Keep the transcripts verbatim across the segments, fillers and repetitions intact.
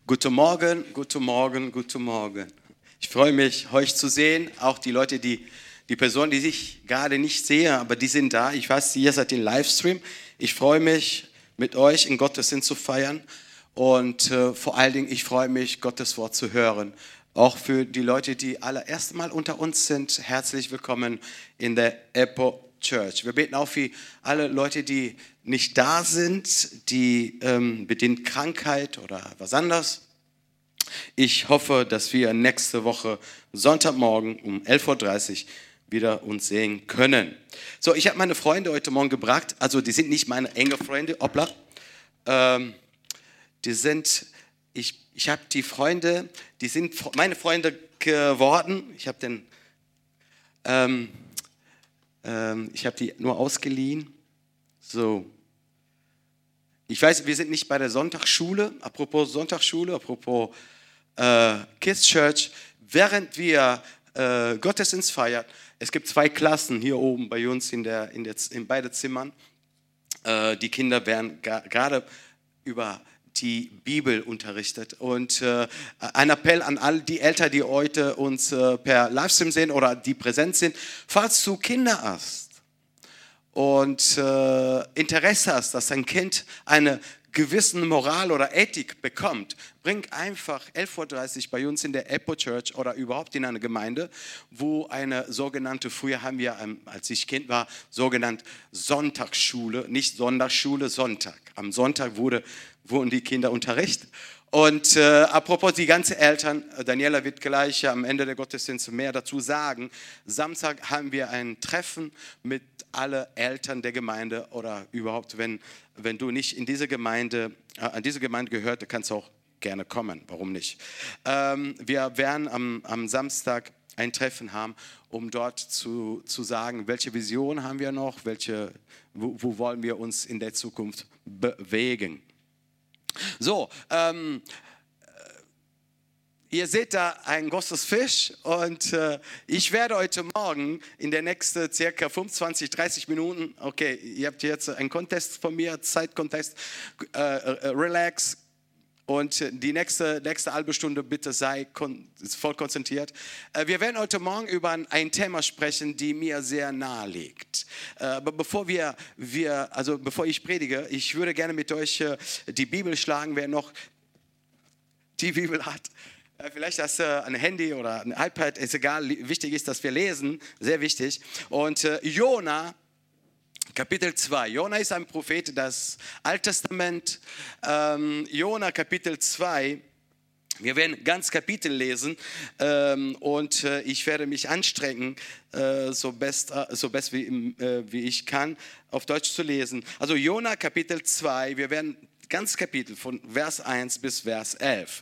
Guten Morgen, guten Morgen, guten Morgen. Ich freue mich, euch zu sehen, auch die Leute, die, die Personen, die ich gerade nicht sehe, aber die sind da. Ich weiß, ihr seid im Livestream. Ich freue mich, mit euch in Gottesdienst zu feiern und äh, vor allen Dingen, ich freue mich, Gottes Wort zu hören. Auch für die Leute, die allererst Mal unter uns sind, herzlich willkommen in der Epo Church. Wir beten auch für alle Leute, die nicht da sind, die ähm, bedingt Krankheit oder was anderes. Ich hoffe, dass wir nächste Woche Sonntagmorgen um elf Uhr dreißig wieder uns sehen können. So, ich habe meine Freunde heute Morgen gebracht. Also die sind nicht meine enge Freunde, hoppla. Ähm, die sind, ich, ich habe die Freunde, die sind meine Freunde geworden. Ich habe den, ähm, ähm, ich habe die nur ausgeliehen. So. Ich weiß, wir sind nicht bei der Sonntagsschule. Apropos Sonntagsschule, apropos äh, Kids Church. Während wir äh, Gottesdienst feiern, es gibt zwei Klassen hier oben bei uns in, der, in, der, in beiden Zimmern. Äh, die Kinder werden gerade über die Bibel unterrichtet. Und äh, ein Appell an all die Eltern, die heute uns äh, per Livestream sehen oder die präsent sind, falls du Kinder hast und äh, Interesse hast, dass dein Kind eine gewisse Moral oder Ethik bekommt, bring einfach elf Uhr dreißig bei uns in der Epo Church oder überhaupt in eine Gemeinde, wo eine sogenannte, früher haben wir, als ich Kind war, sogenannte Sonntagsschule, nicht Sonntagsschule, Sonntag. Am Sonntag wurde, wurden die Kinder unterrichtet. Und äh, apropos die ganzen Eltern, Daniela wird gleich am Ende der Gottesdienste mehr dazu sagen. Samstag haben wir ein Treffen mit allen Eltern der Gemeinde oder überhaupt, wenn, wenn du nicht in diese Gemeinde, äh, an diese Gemeinde gehört, dann kannst du auch gerne kommen. Warum nicht? Ähm, wir werden am, am Samstag ein Treffen haben, um dort zu, zu sagen, welche Vision haben wir noch, welche, wo, wo wollen wir uns in der Zukunft bewegen. So, ähm, ihr seht da ein großes Fisch und äh, ich werde heute Morgen in der nächsten circa fünfundzwanzig, dreißig Minuten, okay, ihr habt jetzt einen Contest von mir, Zeitcontest, äh, äh, relax und die nächste, nächste halbe Stunde bitte sei kon- voll konzentriert. Äh, wir werden heute Morgen über ein, ein Thema sprechen, die mir sehr nahe liegt. Äh, aber bevor wir, wir, also bevor ich predige, ich würde gerne mit euch äh, die Bibel schlagen, wer noch die Bibel hat. Äh, vielleicht hast du ein Handy oder ein iPad, ist egal. Wichtig ist, dass wir lesen, sehr wichtig. Und äh, Jona, Kapitel zwei. Jona ist ein Prophet, das Alte Testament. Ähm, Jona, Kapitel zwei. Wir werden ganz Kapitel lesen ähm, und äh, ich werde mich anstrengen, äh, so best, äh, so best wie, äh, wie ich kann, auf Deutsch zu lesen. Also Jona, Kapitel zwei. Wir werden ganz Kapitel von Vers eins bis Vers elf.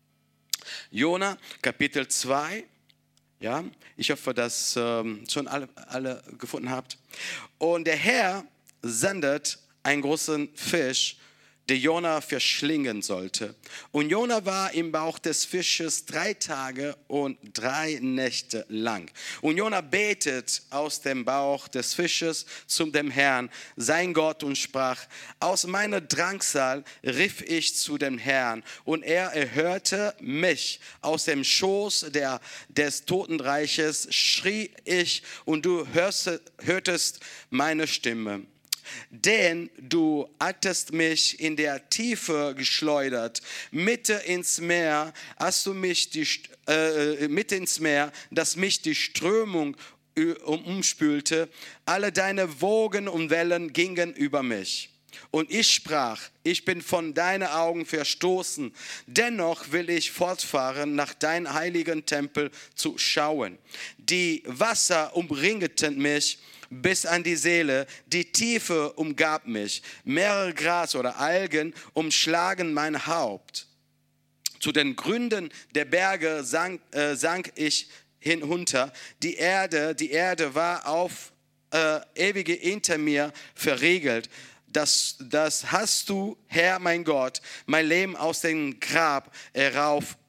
Jona, Kapitel zwei. Ja, ich hoffe, dass ähm, schon alle, alle gefunden habt. Und der Herr sendet einen großen Fisch, der Jona verschlingen sollte. Und Jona war im Bauch des Fisches drei Tage und drei Nächte lang. Und Jona betet aus dem Bauch des Fisches zu dem Herrn, sein Gott, und sprach: Aus meiner Drangsal rief ich zu dem Herrn, und er erhörte mich. Aus dem Schoß der, des Totenreiches schrie ich, und du hörst, hörtest meine Stimme. Denn du hattest mich in der Tiefe geschleudert, Mitte ins Meer, hast du mich die, äh, Mitte ins Meer, dass mich die Strömung umspülte. Alle deine Wogen und Wellen gingen über mich. Und ich sprach: Ich bin von deinen Augen verstoßen. Dennoch will ich fortfahren, nach deinem heiligen Tempel zu schauen. Die Wasser umringten mich bis an die Seele, die Tiefe umgab mich. Mehrere Gras oder Algen umschlagen mein Haupt. Zu den Gründen der Berge sank, äh, sank ich hinunter. Die Erde, die Erde war auf äh, ewige hinter mir verriegelt. Das, das hast du, Herr mein Gott, mein Leben aus dem Grab heraufgehoben.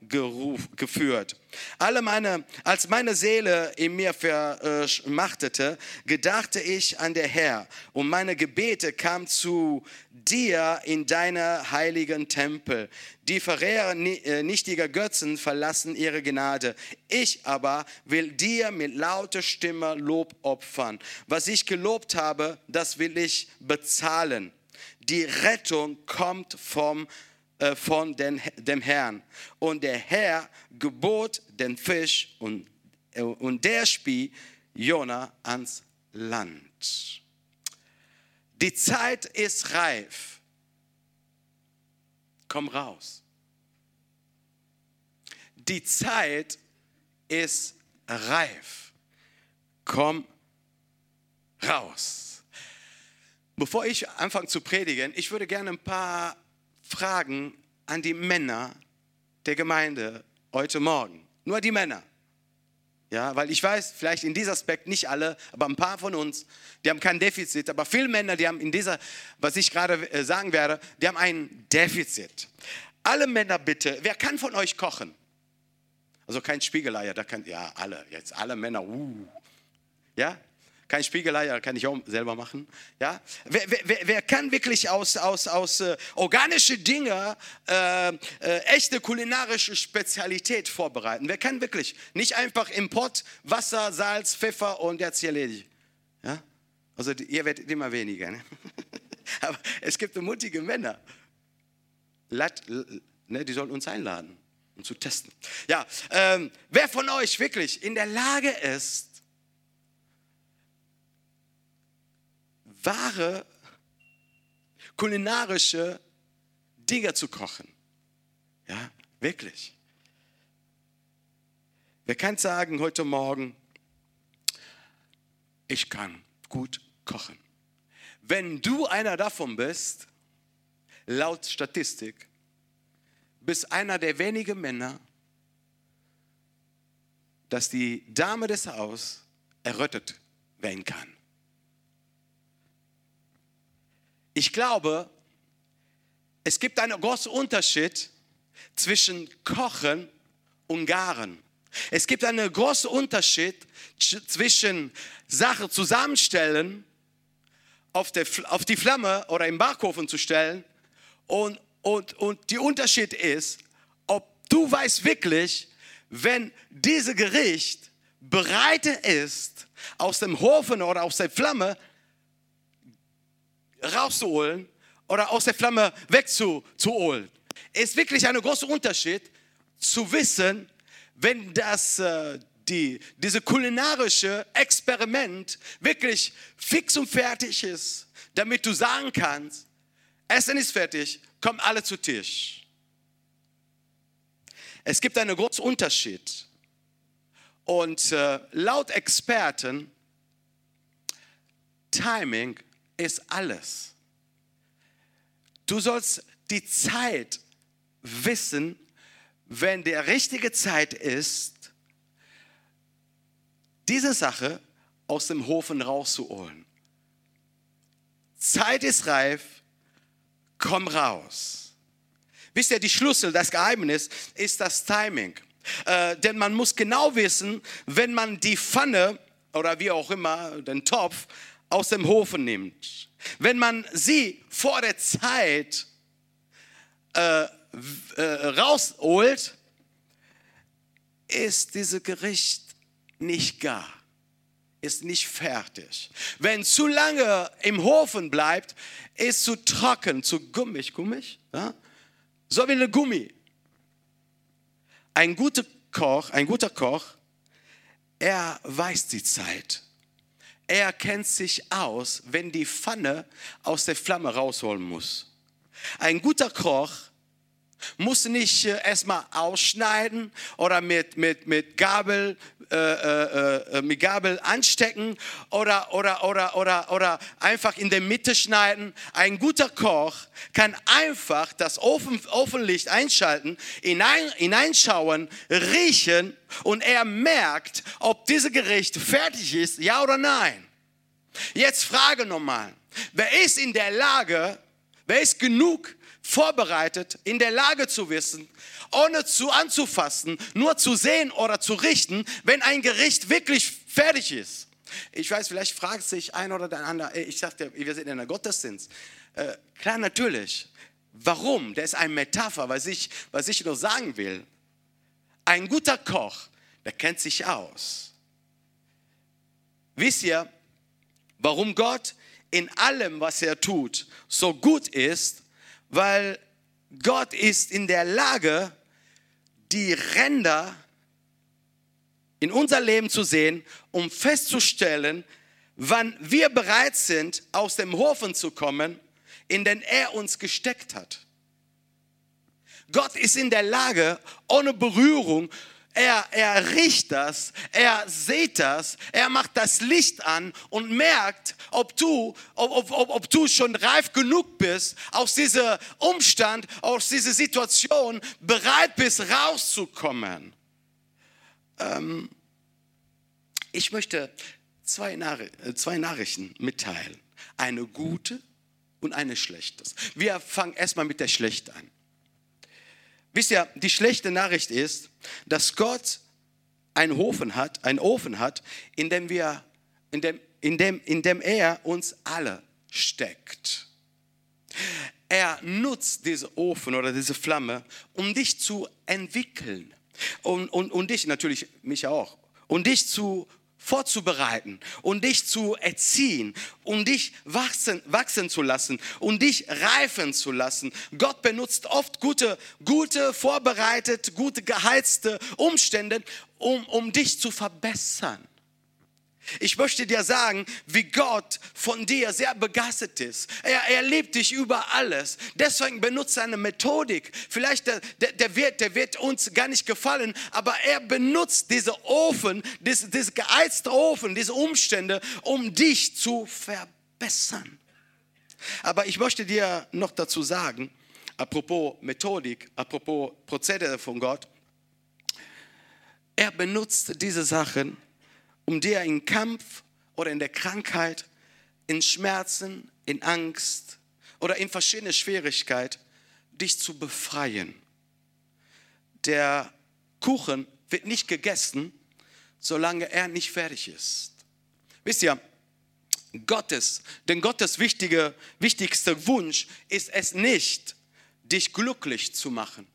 geruf, geführt. Alle meine, als meine Seele in mir verschmachtete, gedachte ich an der Herr und meine Gebete kamen zu dir in deiner heiligen Tempel. Die Verehrer nichtiger Götzen verlassen ihre Gnade. Ich aber will dir mit lauter Stimme Lob opfern. Was ich gelobt habe, das will ich bezahlen. Die Rettung kommt vom von den, dem Herrn. Und der Herr gebot den Fisch und, und der spie Jona ans Land. Die Zeit ist reif. Komm raus. Die Zeit ist reif. Komm raus. Bevor ich anfange zu predigen, ich würde gerne ein paar Fragen an die Männer der Gemeinde heute Morgen. Nur die Männer. Ja, weil ich weiß, vielleicht in diesem Aspekt nicht alle, aber ein paar von uns, die haben kein Defizit. Aber viele Männer, die haben in dieser, was ich gerade sagen werde, die haben ein Defizit. Alle Männer bitte, wer kann von euch kochen? Also kein Spiegeleier, da kann, ja alle, jetzt alle Männer, uh. Ja? Kein Spiegeleier, kann ich auch selber machen. Ja? Wer, wer, wer kann wirklich aus, aus, aus äh, organische Dinge äh, äh, echte kulinarische Spezialität vorbereiten? Wer kann wirklich? Nicht einfach im Pott Wasser, Salz, Pfeffer und jetzt hier erledigt. Ja? Also ihr werdet immer weniger. Ne? Aber es gibt mutige Männer. Lat, ne, die sollen uns einladen, um zu testen. Ja, ähm, wer von euch wirklich in der Lage ist, wahre kulinarische Dinge zu kochen. Ja, wirklich. Wer kann sagen heute Morgen, ich kann gut kochen. Wenn du einer davon bist, laut Statistik, bist einer der wenigen Männer, dass die Dame des Hauses errettet werden kann. Ich glaube, es gibt einen großen Unterschied zwischen Kochen und Garen. Es gibt einen großen Unterschied zwischen Sachen zusammenstellen, auf, der, auf die Flamme oder im Backofen zu stellen und, und, und der Unterschied ist, ob du weißt wirklich, wenn dieses Gericht bereit ist, aus dem Ofen oder aus der Flamme rauszuholen oder aus der Flamme wegzuholen. Es ist wirklich ein großer Unterschied zu wissen, wenn das, äh, die, diese kulinarische Experiment wirklich fix und fertig ist, damit du sagen kannst, Essen ist fertig, kommen alle zu Tisch. Es gibt einen großen Unterschied. Und äh, laut Experten, Timing ist alles. Du sollst die Zeit wissen, wenn der richtige Zeit ist, diese Sache aus dem Ofen rauszuholen. Zeit ist reif, komm raus. Wisst ihr, die Schlüssel, das Geheimnis ist das Timing. Äh, denn man muss genau wissen, wenn man die Pfanne oder wie auch immer, den Topf, aus dem Ofen nimmt. Wenn man sie vor der Zeit äh, äh, rausholt, ist dieses Gericht nicht gar, ist nicht fertig. Wenn zu lange im Ofen bleibt, ist zu trocken, zu gummig, gummig, ja? So wie eine Gummi. Ein guter Koch, ein guter Koch, er weiß die Zeit. Er kennt sich aus, wenn die Pfanne aus der Flamme rausholen muss. Ein guter Koch muss nicht äh, erstmal ausschneiden oder mit, mit, mit, Gabel, äh, äh, mit Gabel anstecken oder, oder, oder, oder, oder einfach in der Mitte schneiden. Ein guter Koch kann einfach das Ofen, Ofenlicht einschalten, hinein, hineinschauen, riechen und er merkt, ob dieses Gericht fertig ist, ja oder nein. Jetzt frage nochmal, wer ist in der Lage, wer ist genug vorbereitet, in der Lage zu wissen, ohne zu anzufassen, nur zu sehen oder zu richten, wenn ein Gericht wirklich fertig ist. Ich weiß, vielleicht fragt sich ein oder der andere, ich sagte, wir sind in einer Gottesdienst. Äh, klar, natürlich. Warum? Das ist eine Metapher, was ich, was ich nur sagen will. Ein guter Koch, der kennt sich aus. Wisst ihr, warum Gott in allem, was er tut, so gut ist? Weil Gott ist in der Lage, die Ränder in unser Leben zu sehen, um festzustellen, wann wir bereit sind, aus dem Ofen zu kommen, in den er uns gesteckt hat. Gott ist in der Lage, ohne Berührung, er, er riecht das, er sieht das, er macht das Licht an und merkt, ob du, ob, ob, ob du schon reif genug bist, aus diesem Umstand, aus dieser Situation bereit bist, rauszukommen. Ähm, ich möchte zwei, Nachr- zwei Nachrichten mitteilen. Eine gute und eine schlechte. Wir fangen erstmal mit der schlechten an. Wisst ihr, die schlechte Nachricht ist, dass Gott einen Ofen hat, einen Ofen hat, in dem, wir, in dem, in dem, in dem er uns alle steckt. Er nutzt diesen Ofen oder diese Flamme, um dich zu entwickeln. Und, und, und dich natürlich, mich auch, und dich zu vorzubereiten und dich zu erziehen und dich wachsen, wachsen zu lassen und dich reifen zu lassen. Gott benutzt oft gute, gute vorbereitete, gute geheizte Umstände, um, um dich zu verbessern. Ich möchte dir sagen, wie Gott von dir sehr begeistert ist. Er, er liebt dich über alles. Deswegen benutzt er eine Methodik. Vielleicht der, der, der, wird, der wird uns gar nicht gefallen, aber er benutzt diese Ofen, diese, diese geheizte Ofen, diese Umstände, um dich zu verbessern. Aber ich möchte dir noch dazu sagen, apropos Methodik, apropos Prozedere von Gott, er benutzt diese Sachen, um dir in Kampf oder in der Krankheit, in Schmerzen, in Angst oder in verschiedene Schwierigkeiten, dich zu befreien. Der Kuchen wird nicht gegessen, solange er nicht fertig ist. Wisst ihr, Gottes, denn Gottes wichtige, wichtigster Wunsch ist es nicht, dich glücklich zu machen.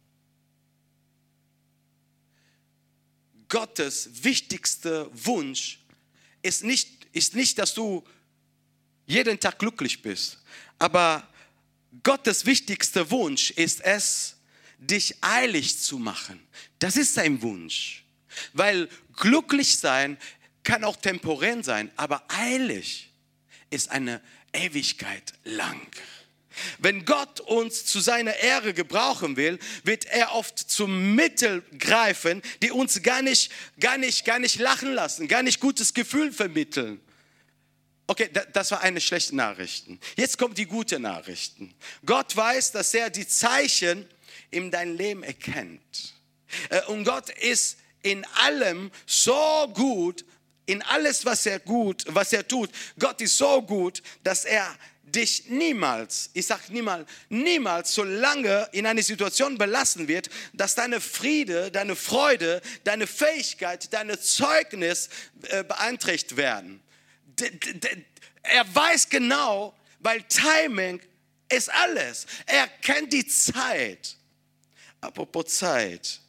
Gottes wichtigster Wunsch ist nicht, ist nicht, dass du jeden Tag glücklich bist. Aber Gottes wichtigster Wunsch ist es, dich eilig zu machen. Das ist sein Wunsch. Weil glücklich sein kann auch temporär sein, aber eilig ist eine Ewigkeit lang. Wenn Gott uns zu seiner Ehre gebrauchen will, wird er oft zu Mitteln greifen, die uns gar nicht, gar nicht, gar nicht lachen lassen, gar nicht gutes Gefühl vermitteln. Okay, das war eine schlechte Nachricht. Jetzt kommt die gute Nachricht. Gott weiß, dass er die Zeichen in deinem Leben erkennt. Und Gott ist in allem so gut, in alles, was er gut, was er tut. Gott ist so gut, dass er dich niemals, ich sage niemals, niemals so lange in eine Situation belassen wird, dass deine Friede, deine Freude, deine Fähigkeit, deine Zeugnis äh, beeinträchtigt werden. D- d- er weiß genau, weil Timing ist alles. Er kennt die Zeit. Apropos Zeit.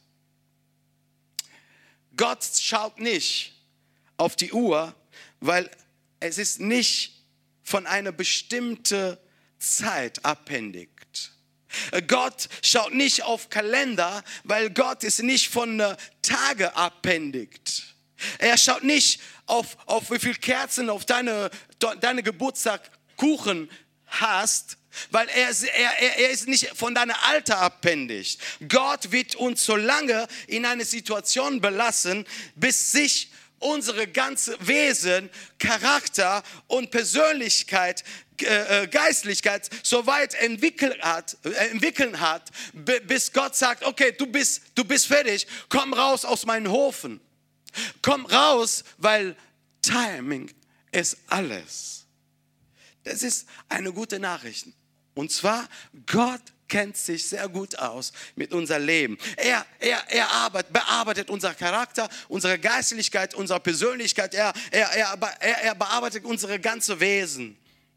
Gott schaut nicht auf die Uhr, weil es ist nicht von einer bestimmten Zeit abhängig. Gott schaut nicht auf Kalender, weil Gott ist nicht von Tagen abhängig. Er schaut nicht auf, auf wie viele Kerzen auf deine, deine Geburtstagkuchen hast, weil er, er, er ist nicht von deinem Alter abhängig. Gott wird uns so lange in eine Situation belassen, bis sich unsere ganze Wesen, Charakter und Persönlichkeit, äh, Geistlichkeit so weit entwickelt hat, äh, entwickeln hat, b- bis Gott sagt, okay, du bist, du bist fertig, komm raus aus meinem Ofen. Komm raus, weil Timing ist alles. Das ist eine gute Nachricht. Und zwar, Gott kennt sich sehr gut aus mit unserem Leben. Er, er, er arbeitet, bearbeitet unser Charakter, unsere Geistlichkeit, unsere Persönlichkeit. Er, er, er, er, er bearbeitet unsere ganze Wesen.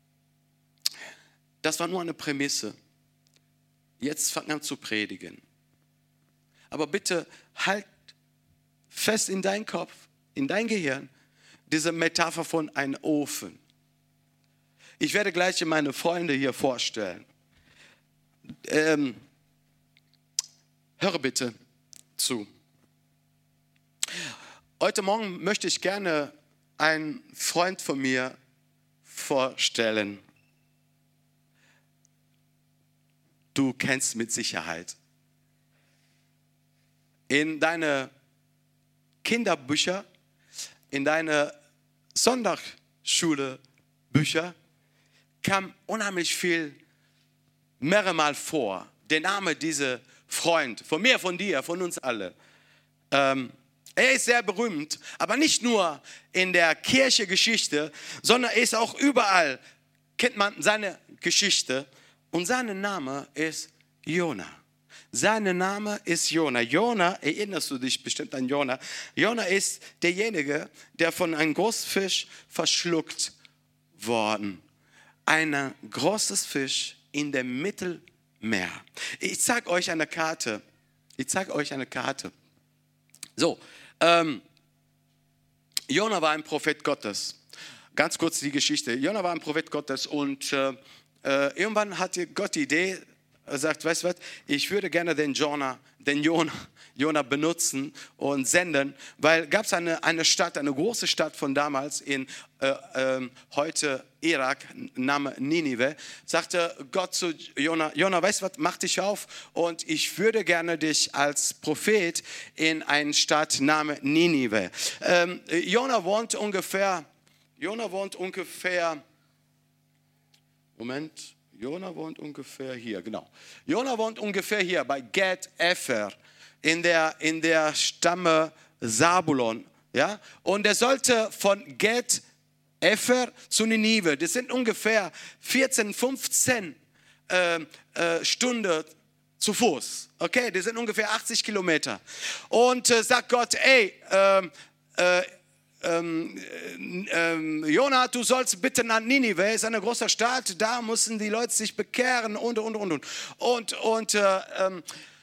Das war nur eine Prämisse. Jetzt fang an zu predigen. Aber bitte halt fest in deinen Kopf, in dein Gehirn, diese Metapher von einem Ofen. Ich werde gleich meine Freunde hier vorstellen. Ähm, höre bitte zu. Heute Morgen möchte ich gerne einen Freund von mir vorstellen. Du kennst mit Sicherheit. In deine Kinderbücher, in deine Sonderschule-Bücher kam unheimlich viel mehrere Mal vor. Der Name dieser Freund, von mir, von dir, von uns alle. Ähm, er ist sehr berühmt, aber nicht nur in der Kirchengeschichte, sondern er ist auch überall, kennt man seine Geschichte. Und sein Name ist Jona. Sein Name ist Jona. Jona, erinnerst du dich bestimmt an Jona? Jona ist derjenige, der von einem Großfisch verschluckt worden. Ein großes Fisch in dem Mittelmeer. Ich zeige euch eine Karte. Ich zeige euch eine Karte. So, ähm, Jona war ein Prophet Gottes. Ganz kurz die Geschichte. Jona war ein Prophet Gottes und äh, äh, irgendwann hatte Gott die Idee, er sagt, weißt du was, ich würde gerne den Jona, den Jona, Jona benutzen und senden, weil gab es eine, eine Stadt, eine große Stadt von damals in äh, äh, heute Irak, Name Ninive, sagte Gott zu Jona, Jona, weißt du was, mach dich auf und ich würde gerne dich als Prophet in eine Stadt Name Ninive. Ähm, Jona wohnt ungefähr, Jona wohnt ungefähr, Moment, Jona wohnt ungefähr hier, genau. Jona wohnt ungefähr hier bei Gad Epher in der, in der Stamme Sabulon. Ja? Und er sollte von Gad Epher zu Ninive, das sind ungefähr vierzehn, fünfzehn äh, äh, Stunden zu Fuß. Okay, das sind ungefähr achtzig Kilometer. Und äh, sagt Gott, ey, äh, äh, Ähm, ähm, Jona, du sollst bitte nach Ninive, ist eine große Stadt, da müssen die Leute sich bekehren und, und, und, und. Und, und äh, ähm,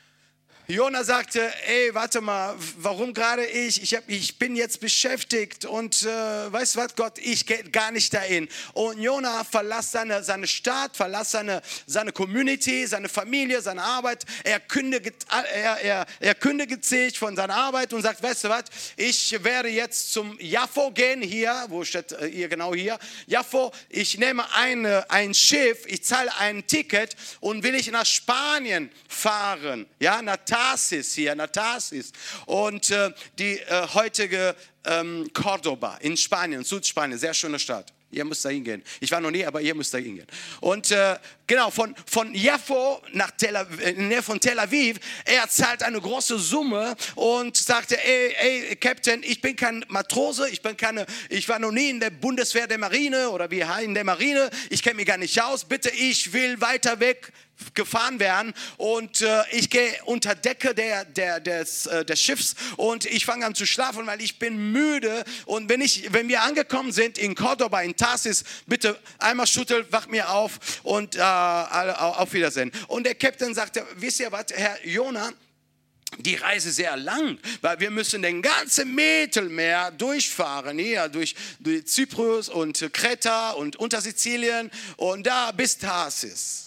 Jona sagte, ey, warte mal, warum gerade ich? Ich, hab, ich bin jetzt beschäftigt und äh, weißt du was, Gott, ich gehe gar nicht dahin. Und Jona verlässt seine, seine Stadt, verlässt seine, seine Community, seine Familie, seine Arbeit. Er kündigt, er, er, er kündigt sich von seiner Arbeit und sagt, weißt du was, ich werde jetzt zum Jaffo gehen, hier, wo steht äh, hier, genau hier, Jaffo, ich nehme eine, ein Schiff, ich zahle ein Ticket und will ich nach Spanien fahren, ja, nach Tarsis hier, nach Tarsis. Und äh, die äh, heutige ähm, Cordoba in Spanien, Südspanien, sehr schöne Stadt. Ihr müsst da hingehen. Ich war noch nie, aber ihr müsst da hingehen. Und äh, genau, von, von Jaffo nach Tel Aviv, in der Nähe von Tel Aviv, er zahlt eine große Summe und sagte, ey, ey, Captain, ich bin kein Matrose, ich bin keine, ich war noch nie in der Bundeswehr der Marine oder wie in der Marine, ich kenne mich gar nicht aus, bitte, ich will weiter weg gefahren werden und äh, ich gehe unter Decke der, der, des, äh, des Schiffs und ich fange an zu schlafen, weil ich bin müde und wenn, ich, wenn wir angekommen sind in Cordoba, in Tarsis, bitte einmal schütteln, wach mir auf und äh, auf Wiedersehen. Und der Captain sagte, wisst ihr was, Herr Jona, die Reise sehr lang, weil wir müssen den ganzen Mittelmeer durchfahren, hier durch, durch Zyprus und Kreta und Untersizilien und da bis Tarsis.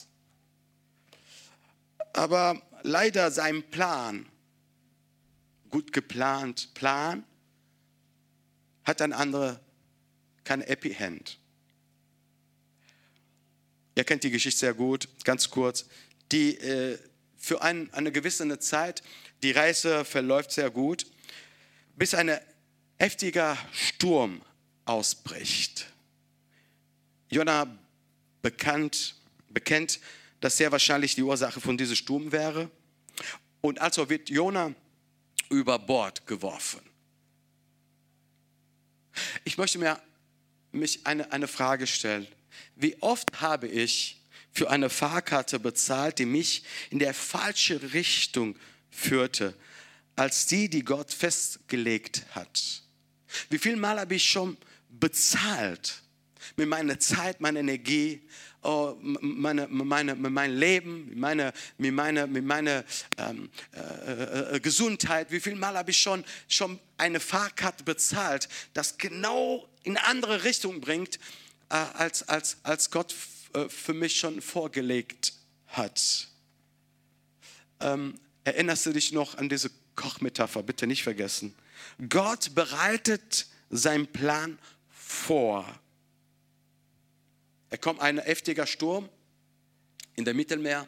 Aber leider sein Plan, gut geplant Plan, hat ein anderer, kein Happy End. Ihr kennt die Geschichte sehr gut, ganz kurz. Die, äh, für ein, eine gewisse Zeit, die Reise verläuft sehr gut, bis ein heftiger Sturm ausbricht. Jona bekannt, bekennt, dass sehr wahrscheinlich die Ursache von diesem Sturm wäre. Und also wird Jona über Bord geworfen. Ich möchte mir mich eine, eine Frage stellen. Wie oft habe ich für eine Fahrkarte bezahlt, die mich in der falsche Richtung führte, als die, die Gott festgelegt hat? Wie viel Mal habe ich schon bezahlt mit meiner Zeit, meiner Energie, oh, meine, meine, mein Leben, mit meiner, mit meiner, mit meiner ähm, äh, äh, Gesundheit? Wie viel Mal habe ich schon, schon eine Fahrkarte bezahlt, das genau in eine andere Richtung bringt, äh, als, als, als Gott äh, für mich schon vorgelegt hat? Ähm, erinnerst du dich noch an diese Kochmetapher? Bitte nicht vergessen. Gott bereitet seinen Plan vor. Es kommt ein heftiger Sturm in der Mittelmeer.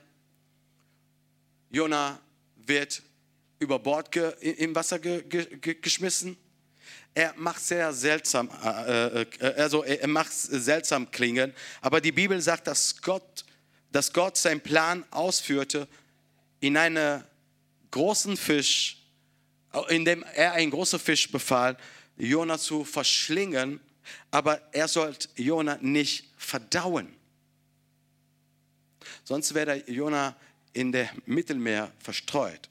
Jona wird über Bord ge, im Wasser ge, ge, geschmissen. Er macht sehr seltsam, äh, äh, also er macht seltsam klingen. Aber die Bibel sagt, dass Gott, dass Gott seinen Plan ausführte in einen großen Fisch, indem er einen großen Fisch befahl, Jona zu verschlingen, aber er sollte Jona nicht verdauen. Sonst wäre Jona in dem Mittelmeer verstreut.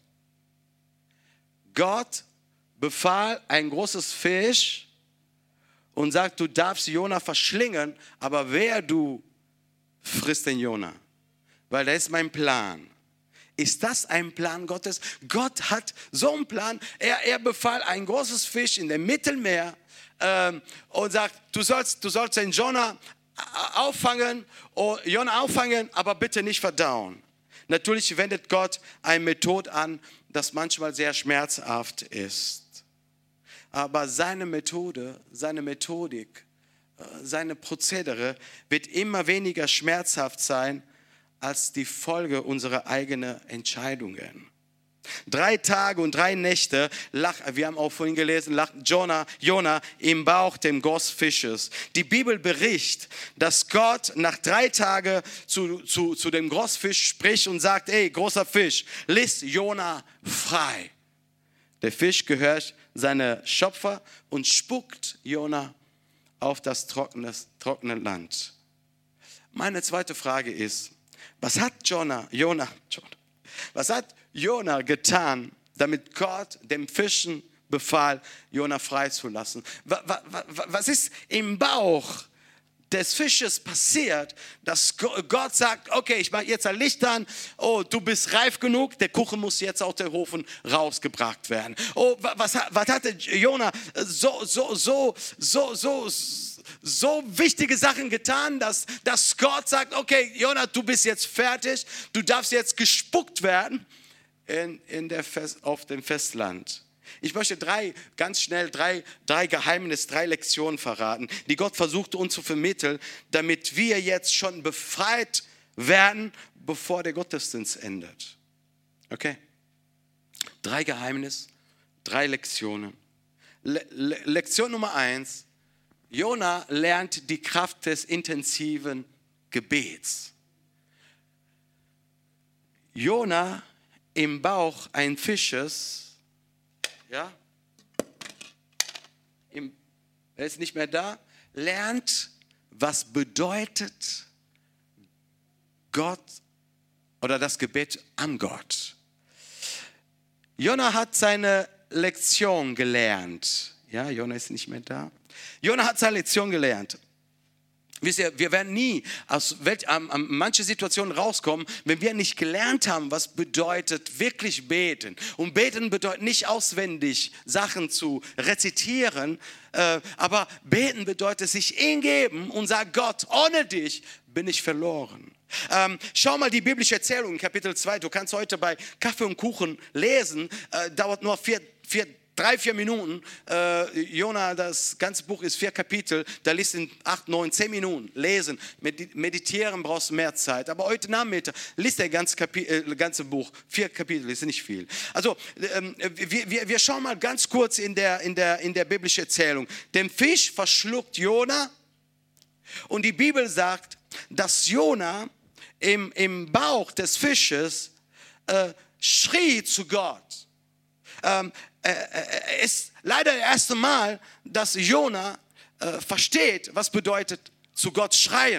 Gott befahl ein großes Fisch und sagt, du darfst Jona verschlingen, aber wer du frisst den Jona, weil das ist mein Plan. Ist das ein Plan Gottes? Gott hat so einen Plan. Er, er befahl ein großes Fisch in dem Mittelmeer ähm, und sagt, du sollst, du sollst den Jona auffangen, oh, Jona auffangen, aber bitte nicht verdauen. Natürlich wendet Gott eine Methode an, das manchmal sehr schmerzhaft ist. Aber seine Methode, seine Methodik, seine Prozedere wird immer weniger schmerzhaft sein als die Folge unserer eigenen Entscheidungen. Drei Tage und drei Nächte, lag, wir haben auch vorhin gelesen, lag Jona, Jona im Bauch des Großfisches. Die Bibel berichtet, dass Gott nach drei Tagen zu, zu, zu dem Großfisch spricht und sagt, ey, großer Fisch, lass Jona frei. Der Fisch gehört seinem Schöpfer und spuckt Jona auf das trockene, trockene Land. Meine zweite Frage ist, was hat Jona, Jona, was hat Jona getan, damit Gott dem Fischen befahl, Jona freizulassen? Was ist im Bauch des Fisches passiert, dass Gott sagt, okay, ich mache jetzt ein Licht an, oh, du bist reif genug, der Kuchen muss jetzt aus dem Ofen rausgebracht werden. Oh, was, was hatte Jona so, so, so, so, so, so wichtige Sachen getan, dass, dass Gott sagt, okay, Jona, du bist jetzt fertig, du darfst jetzt gespuckt werden in, in der Fest, auf dem Festland. Ich möchte drei, ganz schnell drei, drei Geheimnisse, drei Lektionen verraten, die Gott versucht uns zu vermitteln, damit wir jetzt schon befreit werden, bevor der Gottesdienst endet. Okay? Drei Geheimnisse, drei Lektionen. Le- Le- Lektion Nummer eins: Jona lernt die Kraft des intensiven Gebets. Jona im Bauch eines Fisches, ja, im, er ist nicht mehr da, lernt, was bedeutet Gott oder das Gebet an Gott. Jona hat seine Lektion gelernt. Ja, Jona ist nicht mehr da. Jona hat seine Lektion gelernt. Wisst ihr, wir werden nie aus welch, um, um, manche Situationen rauskommen, wenn wir nicht gelernt haben, was bedeutet wirklich beten. Und beten bedeutet nicht auswendig Sachen zu rezitieren, äh, aber beten bedeutet sich hingeben und sagen, Gott, ohne dich bin ich verloren. Ähm, schau mal die biblische Erzählung in Kapitel zwei. Du kannst heute bei Kaffee und Kuchen lesen, äh, dauert nur vier, vier Drei, vier Minuten, äh, Jona, das ganze Buch ist vier Kapitel, da liest in acht, neun, zehn Minuten, lesen, meditieren brauchst du mehr Zeit, aber heute Nachmittag liest der ganze, Kapi- äh, ganze Buch, vier Kapitel, ist nicht viel. Also ähm, wir, wir, wir schauen mal ganz kurz in der, in der, in der biblischen Erzählung. Der Fisch verschluckt Jona und die Bibel sagt, dass Jona im, im Bauch des Fisches äh, schrie zu Gott. Ähm, Es ist leider das erste Mal, dass Jona äh, versteht, was bedeutet zu Gott schreien.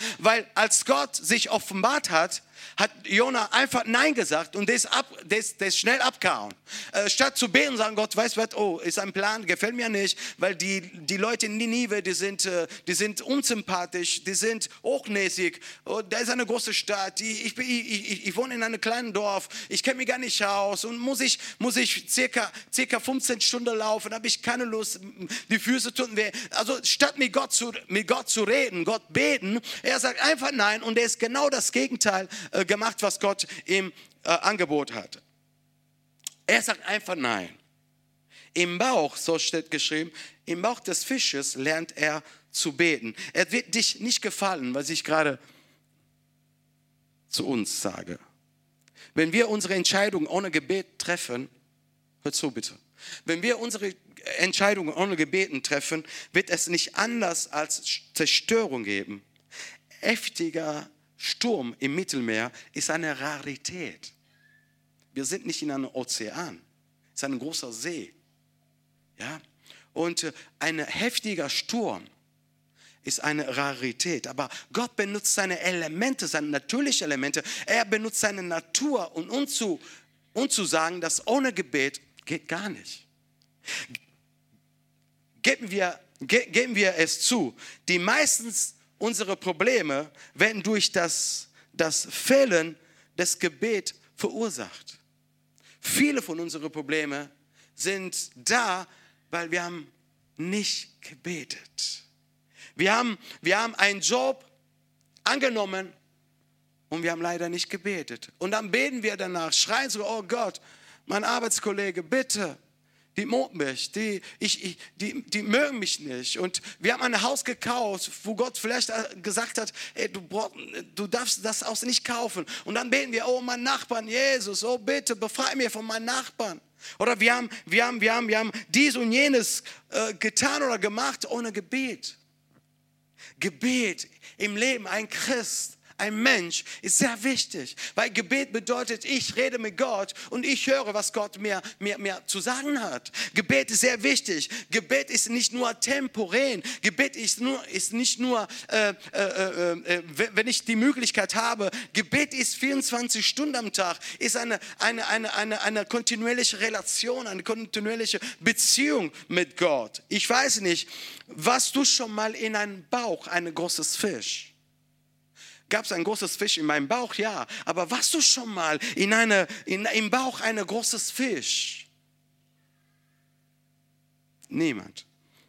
Weil als Gott sich offenbart hat, hat Jona einfach Nein gesagt und der ist, ab, der ist, der ist schnell abgehauen. Äh, statt zu beten und sagen, Gott, weißt du was, oh, ist ein Plan, gefällt mir nicht, weil die, die Leute in Ninive, die sind, äh, die sind unsympathisch, die sind hochnäsig, oh, da ist eine große Stadt, die, ich, ich, ich, ich wohne in einem kleinen Dorf, ich kenne mich gar nicht aus und muss ich, muss ich circa, circa fünfzehn Stunden laufen, habe ich keine Lust, die Füße tun weh. Also statt mit Gott zu, mit Gott zu reden, Gott beten, er sagt einfach Nein und er ist genau das Gegenteil äh, gemacht, was Gott ihm äh, angeboten hat. Er sagt einfach Nein. Im Bauch, so steht geschrieben, im Bauch des Fisches lernt er zu beten. Er wird dich nicht gefallen, was ich gerade zu uns sage. Wenn wir unsere Entscheidung ohne Gebet treffen, hör zu bitte, wenn wir unsere Entscheidungen ohne Gebeten treffen, wird es nicht anders als Zerstörung geben. Heftiger Sturm im Mittelmeer ist eine Rarität. Wir sind nicht in einem Ozean, es ist ein großer See. Ja? Und ein heftiger Sturm ist eine Rarität. Aber Gott benutzt seine Elemente, seine natürlichen Elemente. Er benutzt seine Natur, um uns zu, uns zu sagen, dass ohne Gebet geht gar nicht. Geben wir, ge, geben wir es zu, die meistens unsere Probleme werden durch das, das Fehlen des Gebets verursacht. Viele von unseren Problemen sind da, weil wir haben nicht gebetet. Wir haben, wir haben einen Job angenommen und wir haben leider nicht gebetet. Und dann beten wir danach, schreien so, oh Gott, mein Arbeitskollege, bitte. Die mögen mich, die, ich, ich, die, die mögen mich nicht. Und wir haben ein Haus gekauft, wo Gott vielleicht gesagt hat, ey, du, brauch, du darfst das Haus nicht kaufen. Und dann beten wir, oh mein Nachbarn, Jesus, oh bitte, befreie mich von meinen Nachbarn. Oder wir haben, wir haben, wir haben, wir haben dies und jenes äh, getan oder gemacht ohne Gebet. Gebet im Leben, ein Christ, ein Mensch ist sehr wichtig, weil Gebet bedeutet, ich rede mit Gott und ich höre, was Gott mir, mir, mir zu sagen hat. Gebet ist sehr wichtig. Gebet ist nicht nur temporär. Gebet ist, nur, ist nicht nur, äh, äh, äh, wenn ich die Möglichkeit habe. Gebet ist vierundzwanzig Stunden am Tag, ist eine, eine, eine, eine, eine kontinuierliche Relation, eine kontinuierliche Beziehung mit Gott. Ich weiß nicht, warst du schon mal in einem Bauch ein großes Fisch? Gab es ein großes Fisch in meinem Bauch? Ja. Aber warst du schon mal in eine, in, im Bauch ein großes Fisch? Niemand.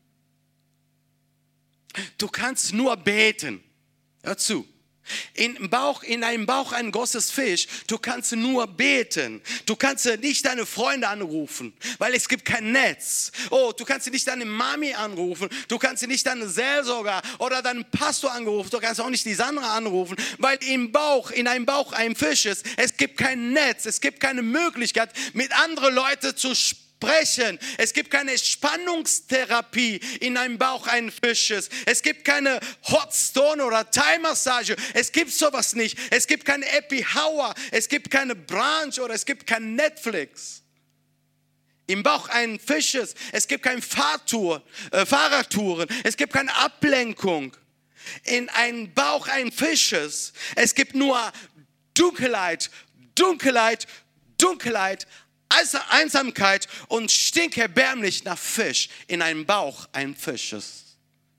Du kannst nur beten. Hör zu. In, Bauch, in einem Bauch ein großes Fisch, du kannst nur beten. Du kannst nicht deine Freunde anrufen, weil es gibt kein Netz. Oh, du kannst nicht deine Mami anrufen, du kannst nicht deinen Seelsorger oder deinen Pastor anrufen, du kannst auch nicht die Sandra anrufen, weil im Bauch, in einem Bauch ein Fisch ist. Es gibt kein Netz, es gibt keine Möglichkeit, mit anderen Leuten zu sprechen. Es gibt keine Spannungstherapie in einem Bauch eines Fisches. Es gibt keine Hotstone oder Thai-Massage. Es gibt sowas nicht. Es gibt keine Epi Hour. Es gibt keine Branch oder es gibt kein Netflix. Im Bauch eines Fisches. Es gibt keine Fahrtour, äh, Fahrradtouren. Es gibt keine Ablenkung. In einem Bauch eines Fisches. Es gibt nur Dunkelheit, Dunkelheit, Dunkelheit. Einsamkeit und stinkerbärmlich nach Fisch in einem Bauch eines Fisches.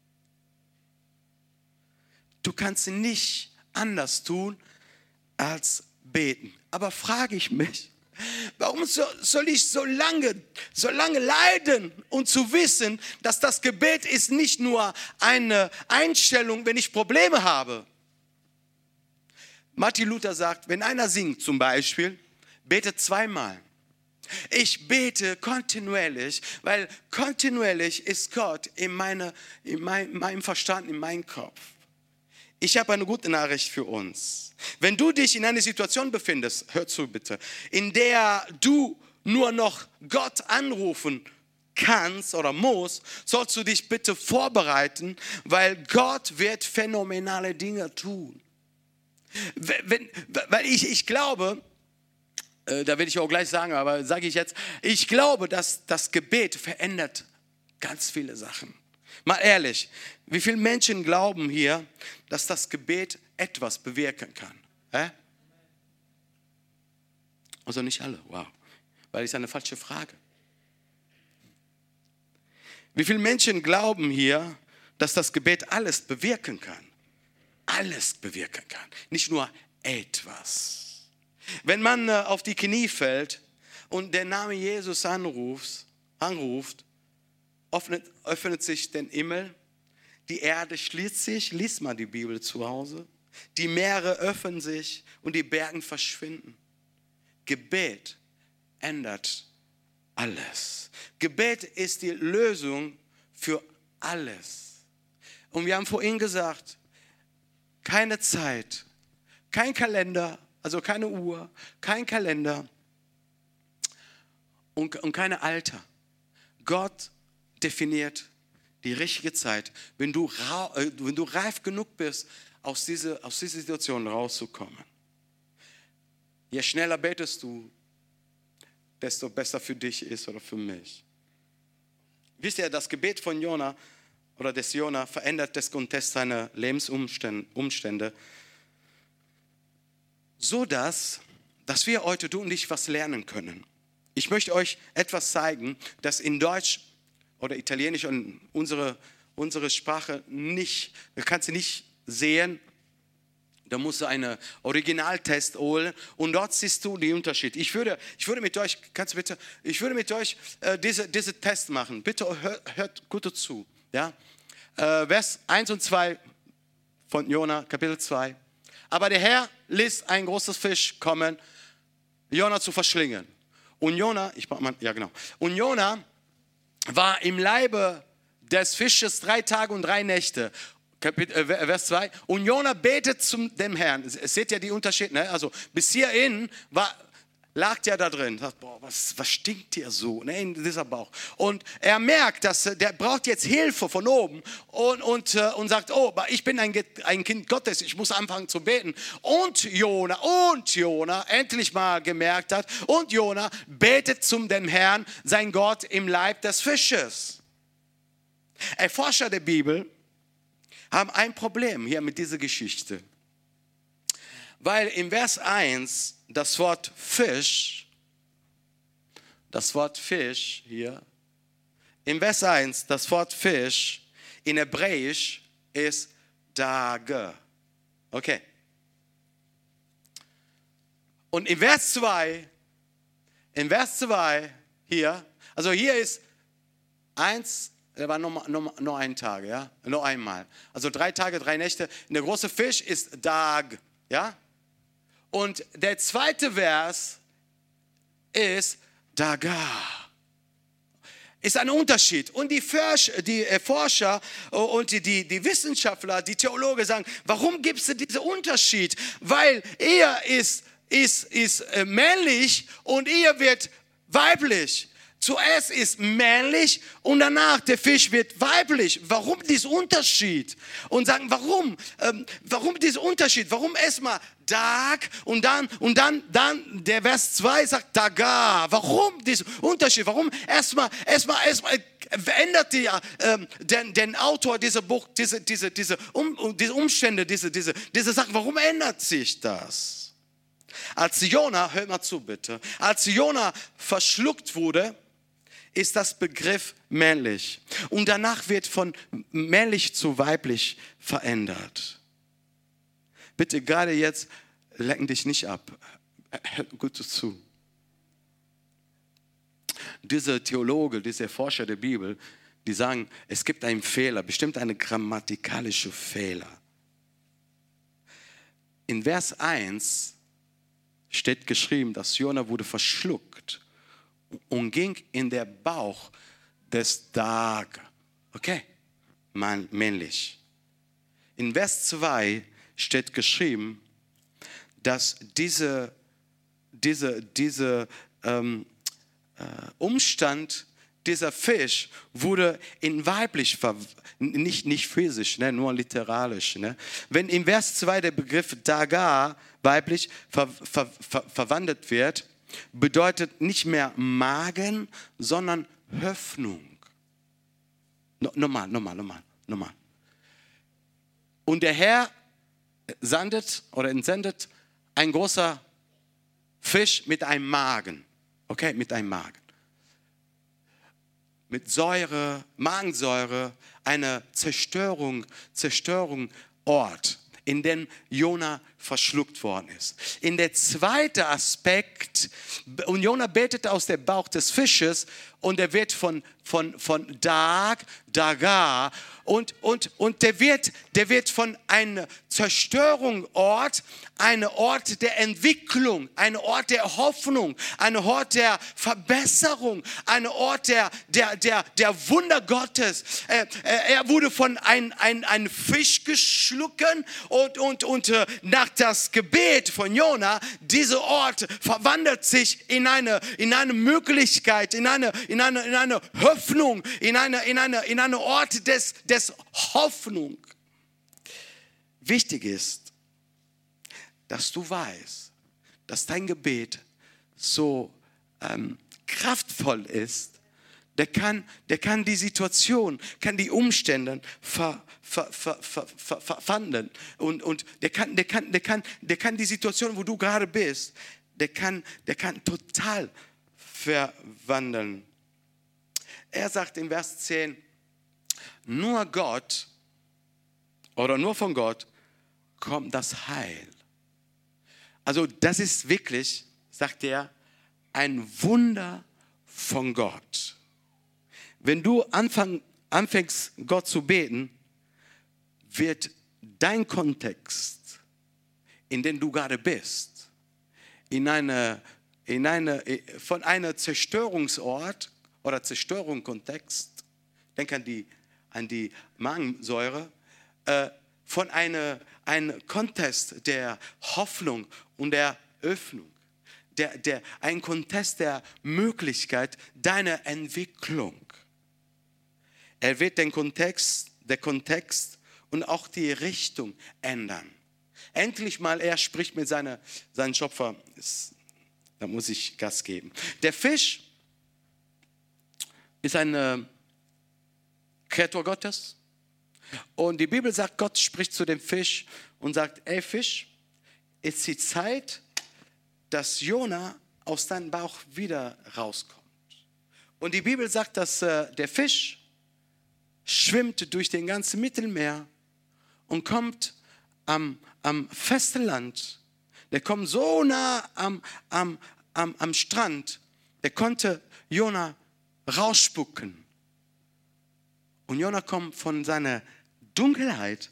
Du kannst nicht anders tun als beten. Aber frage ich mich, warum soll ich so lange, so lange leiden und zu wissen, dass das Gebet ist nicht nur eine Einstellung, wenn ich Probleme habe. Martin Luther sagt, wenn einer singt zum Beispiel, bete zweimal. Ich bete kontinuierlich, weil kontinuierlich ist Gott in, meine, in mein, meinem Verstand, in meinem Kopf. Ich habe eine gute Nachricht für uns. Wenn du dich in einer Situation befindest, hör zu bitte, in der du nur noch Gott anrufen kannst oder musst, sollst du dich bitte vorbereiten, weil Gott wird phänomenale Dinge tun. Wenn, weil ich, ich glaube, da werde ich auch gleich sagen, aber sage ich jetzt, ich glaube, dass das Gebet verändert ganz viele Sachen. Mal ehrlich, wie viele Menschen glauben hier, dass das Gebet etwas bewirken kann? Hä? Also nicht alle, wow. Weil das ist eine falsche Frage. Wie viele Menschen glauben hier, dass das Gebet alles bewirken kann? Alles bewirken kann, nicht nur etwas. Wenn man auf die Knie fällt und der Name Jesus anruft, anruft öffnet, öffnet sich der Himmel, die Erde schließt sich, lies mal die Bibel zu Hause, die Meere öffnen sich und die Berge verschwinden. Gebet ändert alles. Gebet ist die Lösung für alles. Und wir haben vorhin gesagt, keine Zeit, kein Kalender, also keine Uhr, kein Kalender und, und keine Alter. Gott definiert die richtige Zeit, wenn du, wenn du reif genug bist, aus dieser, aus dieser Situation rauszukommen. Je schneller betest du, desto besser für dich ist oder für mich. Wisst ihr, das Gebet von Jona oder des Jona verändert des Kontext seiner Lebensumstände, so dass, dass wir heute, du und ich, was lernen können. Ich möchte euch etwas zeigen, das in Deutsch oder Italienisch und unsere, unsere Sprache nicht, du kannst sie nicht sehen. Da musst du einen Originaltest holen und dort siehst du den Unterschied. Ich würde, ich würde mit euch, kannst du bitte, ich würde mit euch äh, diese, diese Test machen. Bitte hört, hört gut zu. Ja? Äh, Vers eins und zwei von Jona, Kapitel zwei. Aber der Herr ließ ein großes Fisch kommen, Jona zu verschlingen. Und Jona, ich mach mal, ja genau. Und Jona war im Leibe des Fisches drei Tage und drei Nächte. Kapitel, äh, Vers zwei. Und Jona betet zum dem Herrn. Seht ihr die Unterschiede? Ne? Also bis hierhin war, lag der da drin. Sagt, boah, was, was stinkt hier so, ne, in dieser Bauch? Und er merkt, dass der braucht jetzt Hilfe von oben und, und, äh, und sagt, oh, ich bin ein, ein Kind Gottes, ich muss anfangen zu beten. Und Jona, und Jona endlich mal gemerkt hat, und Jona betet zum dem Herrn, sein Gott, im Leib des Fisches. Erforscher der Bibel haben ein Problem hier mit dieser Geschichte. Weil im Vers eins das Wort Fisch, das Wort Fisch hier, im Vers eins das Wort Fisch in Hebräisch ist Dage. Okay. Und im Vers zwei, im Vers zwei hier, also hier ist eins, der war nur, nur, nur ein Tag, ja, nur einmal. Also drei Tage, drei Nächte. Der große Fisch ist Dag, ja. Und der zweite Vers ist Daga. Ist ein Unterschied. Und die Forscher, die Forscher und die, die, die Wissenschaftler, die Theologen sagen, warum gibt es diesen Unterschied? Weil er ist, ist, ist männlich und er wird weiblich. Zuerst ist männlich und danach der Fisch wird weiblich. Warum dieser Unterschied? Und sagen, warum? Ähm, warum dieser Unterschied? Warum erstmal Dag und dann, und dann, dann der Vers zwei sagt Daga. Warum dieser Unterschied? Warum erstmal, erstmal, erstmal verändert ja ähm, den, den Autor dieser Buch, diese, diese, diese, um, diese Umstände, diese, diese, diese Sachen, warum ändert sich das? Als Jona, hört mal zu bitte, als Jona verschluckt wurde, ist das Begriff männlich. Und danach wird von männlich zu weiblich verändert. Bitte gerade jetzt, lenken dich nicht ab. Hör gut zu. Diese Theologen, diese Forscher der Bibel, die sagen, es gibt einen Fehler, bestimmt einen grammatikalischen Fehler. In Vers eins steht geschrieben, dass Jona wurde verschluckt und ging in der Bauch des Dag. Okay, Mann, männlich. In Vers zwei steht geschrieben, dass diese, diese, diese ähm, äh, Umstand, dieser Fisch wurde in weiblich, nicht, nicht physisch, ne, nur literarisch. Ne. Wenn in Vers zwei der Begriff Daga, weiblich, ver, ver, ver, verwandelt wird, bedeutet nicht mehr Magen, sondern Öffnung. No, nochmal, nochmal, nochmal, nochmal. Und der Herr sandet oder entsendet ein großer Fisch mit einem Magen. Okay, mit einem Magen. Mit Säure, Magensäure, eine Zerstörung, Zerstörung Ort, in dem Jona verschluckt worden ist. In der zweite Aspekt, und Jona betete aus dem Bauch des Fisches und er wird von, von, von Dag, Dagar und, und, und der, wird, der wird von einem Zerstörungsort, ein Ort der Entwicklung, ein Ort der Hoffnung, ein Ort der Verbesserung, ein Ort der, der, der, der Wunder Gottes. Er, er wurde von einem ein, ein Fisch geschlucken und, und, und nach das Gebet von Jona, dieser Ort verwandelt sich in eine, in eine Möglichkeit, in eine, in eine, in eine Hoffnung, in eine, in eine, in eine Ort des, des Hoffnung. Wichtig ist, dass du weißt, dass dein Gebet so ähm, kraftvoll ist. Der kann, der kann die Situation, kann die Umstände ver, ver, ver, ver, ver, verwandeln. Und, und der, kann, der, kann, der, kann, der kann die Situation, wo du gerade bist, der kann, der kann total verwandeln. Er sagt in Vers zehn, nur Gott oder nur von Gott kommt das Heil. Also das ist wirklich, sagt er, ein Wunder von Gott. Wenn du anfang, anfängst, Gott zu beten, wird dein Kontext, in dem du gerade bist, in eine, in eine, von einem Zerstörungsort oder Zerstörungskontext, denk an die, an die Magensäure, äh, von einem ein Kontext der Hoffnung und der Öffnung, der, der, ein Kontext der Möglichkeit deiner Entwicklung. Er wird den Kontext, der Kontext und auch die Richtung ändern. Endlich mal, er spricht mit seiner, seinem Schöpfer. Da muss ich Gas geben. Der Fisch ist eine Kreatur Gottes. Und die Bibel sagt, Gott spricht zu dem Fisch und sagt, ey Fisch, es ist die Zeit, dass Jona aus deinem Bauch wieder rauskommt. Und die Bibel sagt, dass äh, der Fisch schwimmt durch den ganzen Mittelmeer und kommt am, am Festland. Der kommt so nah am, am, am, am Strand, der konnte Jona rausspucken. Und Jona kommt von seiner Dunkelheit,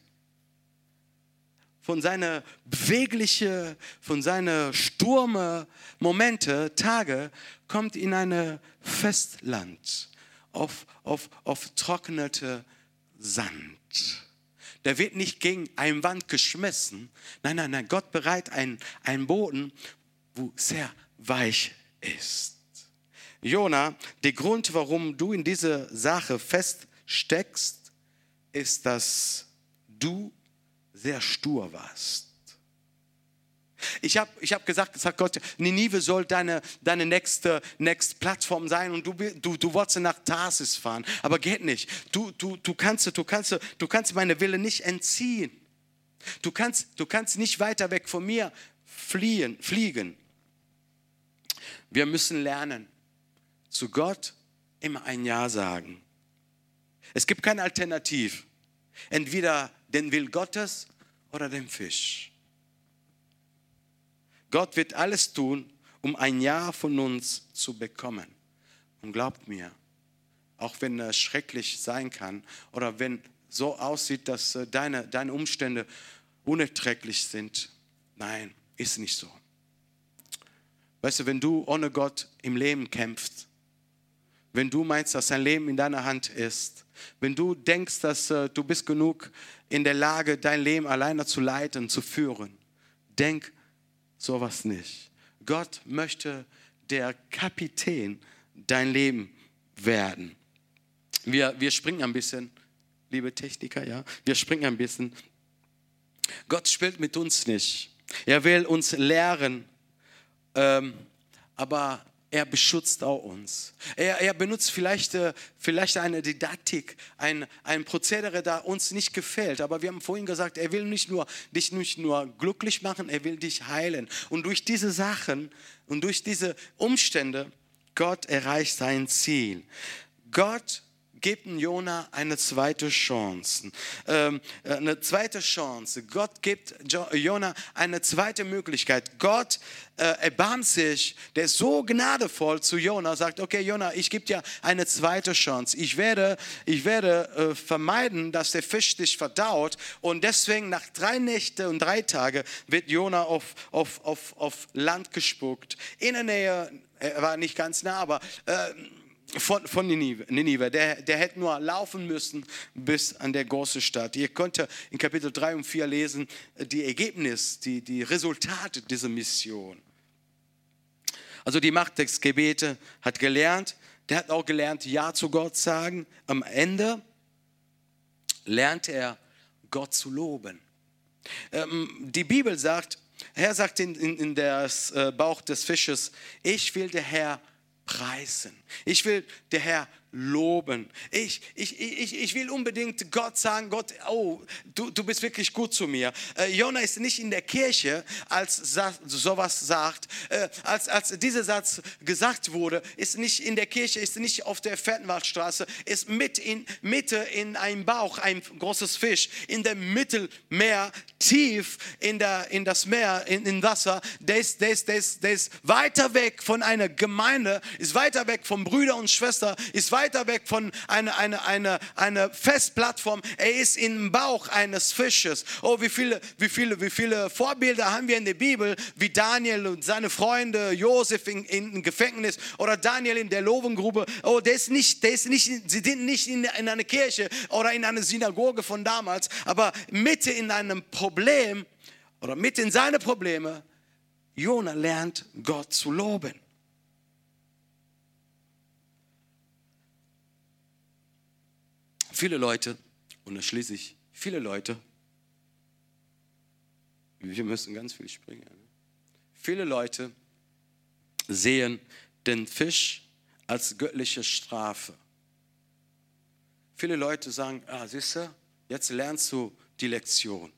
von seiner bewegliche, von seiner Sturme, Momente, Tage, kommt in ein Festland, auf, auf, auf trocknete Sand. Der wird nicht gegen eine Wand geschmissen. Nein, nein, nein, Gott bereitet einen, einen Boden, wo sehr weich ist. Jona, der Grund, warum du in dieser Sache feststeckst, ist, dass du sehr stur warst. Ich habe ich hab gesagt, sagt Gott, Ninive soll deine, deine nächste, nächste Plattform sein und du, du, du wolltest nach Tarsis fahren, aber geht nicht. Du, du, du, kannst, du, kannst, du kannst meine Wille nicht entziehen. Du kannst, du kannst nicht weiter weg von mir fliehen, fliegen. Wir müssen lernen, zu Gott immer ein Ja sagen. Es gibt keine Alternative. Entweder den Will Gottes oder den Fisch. Gott wird alles tun, um ein Ja von uns zu bekommen. Und glaubt mir, auch wenn es schrecklich sein kann oder wenn so aussieht, dass deine, deine Umstände unerträglich sind, nein, ist nicht so. Weißt du, wenn du ohne Gott im Leben kämpfst, wenn du meinst, dass dein Leben in deiner Hand ist, wenn du denkst, dass äh, du bist genug in der Lage, dein Leben alleine zu leiten, zu führen, denk sowas nicht. Gott möchte der Kapitän dein Leben werden. Wir, wir springen ein bisschen, liebe Techniker, ja, wir springen ein bisschen. Gott spielt mit uns nicht. Er will uns lehren, ähm, aber er beschützt auch uns. Er, er benutzt vielleicht, äh, vielleicht eine Didaktik, ein, ein Prozedere, das uns nicht gefällt. Aber wir haben vorhin gesagt, er will nicht nur, dich nicht nur glücklich machen, er will dich heilen. Und durch diese Sachen und durch diese Umstände, Gott erreicht sein Ziel. Gott gibt Jona eine zweite Chance. Ähm, eine zweite Chance. Gott gibt Jona eine zweite Möglichkeit. Gott äh, erbarmt sich, der ist so gnadevoll zu Jona, sagt, okay Jona, ich gebe dir eine zweite Chance. Ich werde, ich werde äh, vermeiden, dass der Fisch dich verdaut und deswegen nach drei Nächte und drei Tage wird Jona auf, auf, auf, auf Land gespuckt. In der Nähe, er war nicht ganz nah, aber äh, Von, von Ninive, Ninive. Der, der hätte nur laufen müssen bis an der große Stadt. Ihr könnt in Kapitel drei und vier lesen, die Ergebnisse, die, die Resultate dieser Mission. Also die Macht des Gebete hat gelernt, der hat auch gelernt, Ja zu Gott sagen. Am Ende lernt er, Gott zu loben. Ähm, die Bibel sagt, Herr sagt in, in, in das Bauch des Fisches, ich will der Herr preisen. Ich will der Herr loben. Ich, ich, ich, ich will unbedingt Gott sagen, Gott, oh, du, du bist wirklich gut zu mir. Äh, Jona ist nicht in der Kirche, als sa- sowas sagt. Äh, als, als dieser Satz gesagt wurde, ist nicht in der Kirche, ist nicht auf der Fettenwaldstraße, ist mit in, Mitte in einem Bauch, ein großes Fisch, in dem Mittelmeer, tief in, der, in das Meer, in, in Wasser. Der ist, der, ist, der, ist, der ist weiter weg von einer Gemeinde, ist weiter weg von Brüdern und Schwestern, ist weiter weg von einer eine, eine, eine Festplattform. Er ist im Bauch eines Fisches. Oh, wie viele, wie viele, wie viele Vorbilder haben wir in der Bibel, wie Daniel und seine Freunde, Josef in, in Gefängnis oder Daniel in der Löwengrube. Oh, der ist nicht, der ist nicht, sie sind nicht in, in einer Kirche oder in einer Synagoge von damals, aber mitten in einem Problem oder mitten in seine Probleme, Jona lernt Gott zu loben. Viele Leute, und das schließe ich, viele Leute, wir müssen ganz viel springen, viele Leute sehen den Fisch als göttliche Strafe. Viele Leute sagen, ah, siehst du, jetzt lernst du die Lektion.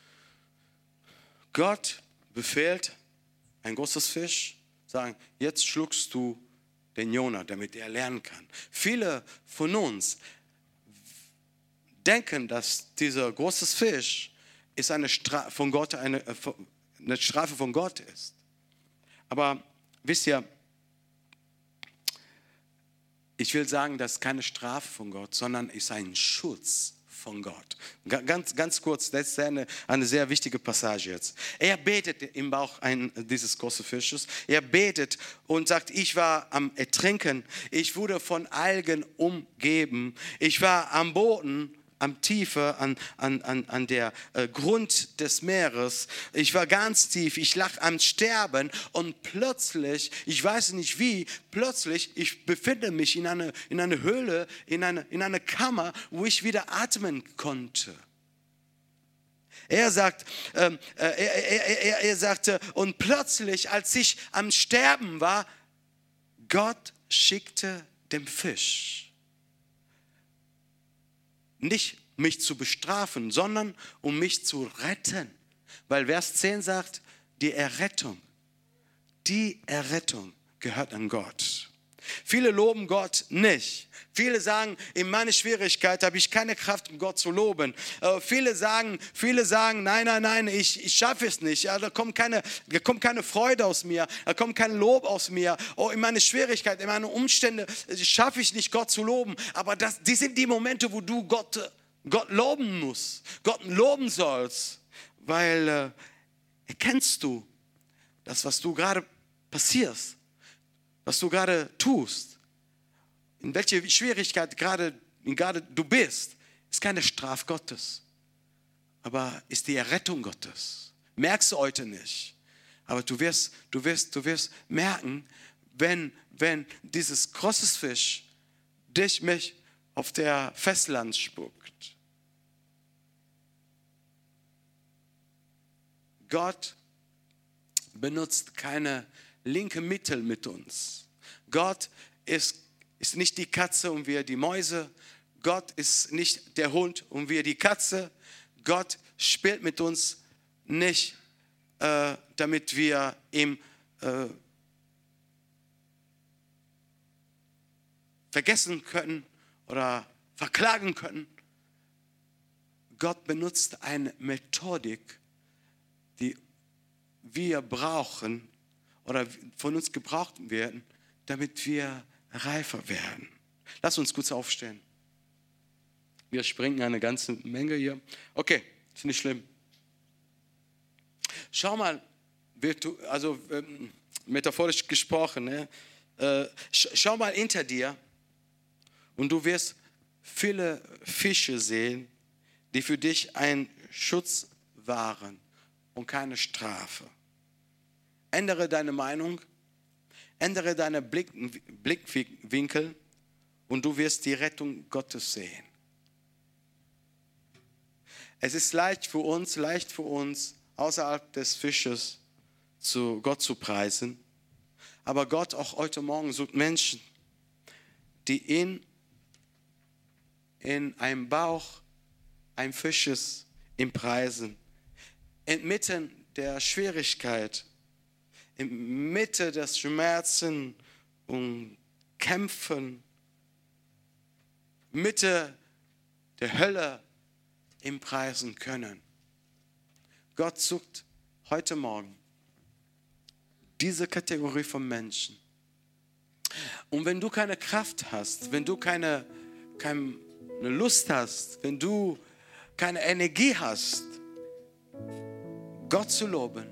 Gott befehlt ein großes Fisch, sagen, jetzt schluckst du den Jona, damit er lernen kann. Viele von uns denken, dass dieser große Fisch ist eine Strafe von Gott, eine, eine Strafe von Gott ist. Aber wisst ihr, ich will sagen, das ist keine Strafe von Gott, sondern ist ein Schutz von Gott. Ganz, ganz kurz, das ist eine, eine sehr wichtige Passage jetzt. Er betet im Bauch ein, dieses großen Fisches. Er betet und sagt, ich war am Ertrinken, ich wurde von Algen umgeben, ich war am Boden, am Tiefe, an, an, an, an der äh, Grund des Meeres. Ich war ganz tief, ich lag am Sterben und plötzlich, ich weiß nicht wie, plötzlich, ich befinde mich in einer in eine Höhle, in eine, in eine Kammer, wo ich wieder atmen konnte. Er sagt, ähm, äh, er, er, er, er sagte, und plötzlich, als ich am Sterben war, Gott schickte den Fisch. Nicht mich zu bestrafen, sondern um mich zu retten. Weil Vers zehn sagt, die Errettung, die Errettung gehört an Gott. Viele loben Gott nicht. Viele sagen, in meiner Schwierigkeit habe ich keine Kraft, um Gott zu loben. Äh, viele sagen, viele sagen, nein, nein, nein, ich, ich schaffe es nicht. Ja, da kommt keine, da kommt keine Freude aus mir, da kommt kein Lob aus mir. Oh, in meiner Schwierigkeit, in meinen Umständen schaffe ich nicht, Gott zu loben. Aber das, die sind die Momente, wo du Gott, Gott loben musst, Gott loben sollst, weil äh, erkennst du das, was du gerade passierst, was du gerade tust, in welche Schwierigkeit gerade, gerade du bist, ist keine Strafe Gottes, aber ist die Errettung Gottes. Merkst du heute nicht, aber du wirst, du wirst, du wirst merken, wenn, wenn dieses große Fisch dich mich auf der Festland spuckt. Gott benutzt keine linke Mittel mit uns. Gott ist, ist nicht die Katze und wir die Mäuse. Gott ist nicht der Hund und wir die Katze. Gott spielt mit uns nicht, äh, damit wir ihm äh, vergessen können oder verklagen können. Gott benutzt eine Methodik, die wir brauchen oder von uns gebraucht werden, damit wir reifer werden. Lass uns kurz aufstehen. Wir springen eine ganze Menge hier. Okay, ist nicht schlimm. Schau mal, also ähm, metaphorisch gesprochen, ne? äh, schau mal hinter dir und du wirst viele Fische sehen, die für dich ein Schutz waren und keine Strafe. Ändere deine Meinung, ändere deine Blick, Blickwinkel und du wirst die Rettung Gottes sehen. Es ist leicht für uns, leicht für uns, außerhalb des Fisches zu Gott zu preisen. Aber Gott auch heute Morgen sucht Menschen, die in, in einem Bauch ein Fisches im Preisen, inmitten der Schwierigkeit, inmitten des Schmerzen und Kämpfen, Mitte der Hölle im Preisen können. Gott sucht heute Morgen diese Kategorie von Menschen. Und wenn du keine Kraft hast, wenn du keine, keine Lust hast, wenn du keine Energie hast, Gott zu loben,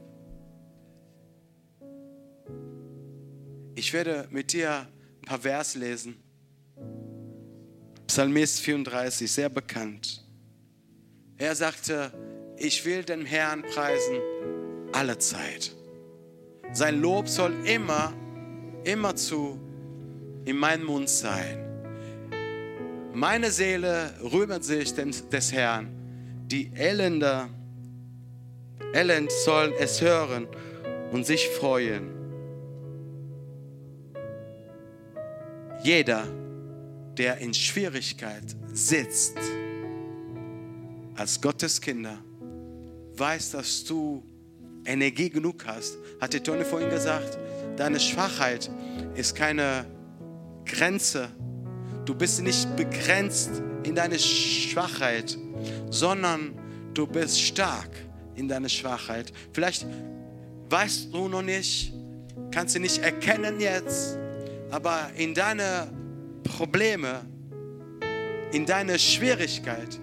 ich werde mit dir ein paar Vers lesen. Psalmist vierunddreißig, sehr bekannt. Er sagte, ich will den Herrn preisen alle Zeit. Sein Lob soll immer, immerzu in meinem Mund sein. Meine Seele rühmt sich des Herrn. Die Elender, Elend sollen es hören und sich freuen. Jeder, der in Schwierigkeit sitzt, als Gottes Kinder, weiß, dass du Energie genug hast. Hatte Toni vorhin gesagt, deine Schwachheit ist keine Grenze. Du bist nicht begrenzt in deiner Schwachheit, sondern du bist stark in deiner Schwachheit. Vielleicht weißt du noch nicht, kannst du nicht erkennen jetzt, aber in deine Probleme, in deine Schwierigkeit,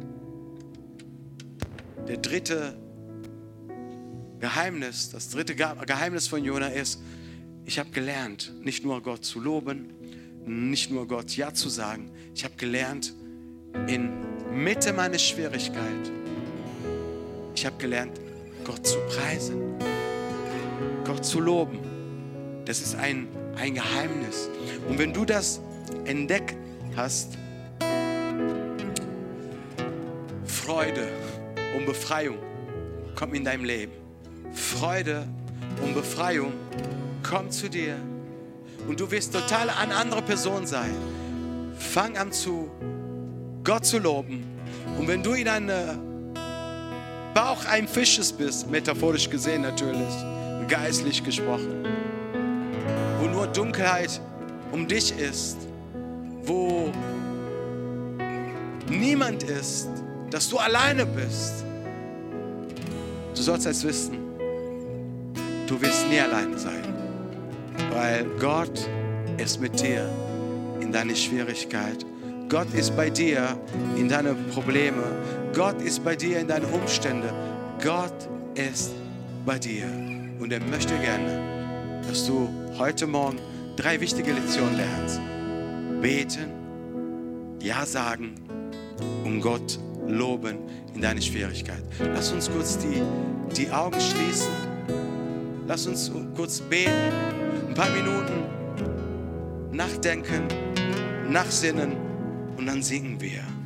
der dritte Geheimnis, das dritte Geheimnis von Jona ist, ich habe gelernt, nicht nur Gott zu loben, nicht nur Gott Ja zu sagen. Ich habe gelernt, in Mitte meiner Schwierigkeit, ich habe gelernt, Gott zu preisen, Gott zu loben. Das ist ein, ein Geheimnis. Und wenn du das entdeckt hast, Freude und Befreiung kommt in deinem Leben. Freude und Befreiung kommt zu dir und du wirst total eine andere Person sein. Fang an zu Gott zu loben und wenn du in einem Bauch ein Fisches bist, metaphorisch gesehen natürlich, geistlich gesprochen, wo nur Dunkelheit um dich ist, wo niemand ist, dass du alleine bist, du sollst es wissen, du wirst nie alleine sein, weil Gott ist mit dir in deiner Schwierigkeit. Gott ist bei dir in deinen Problemen. Gott ist bei dir in deinen Umständen. Gott ist bei dir. Und er möchte gerne, dass du heute Morgen drei wichtige Lektionen lernst. Beten, Ja sagen und Gott loben in deiner Schwierigkeit. Lass uns kurz die, die Augen schließen. Lass uns kurz beten, ein paar Minuten nachdenken, nachsinnen und dann singen wir.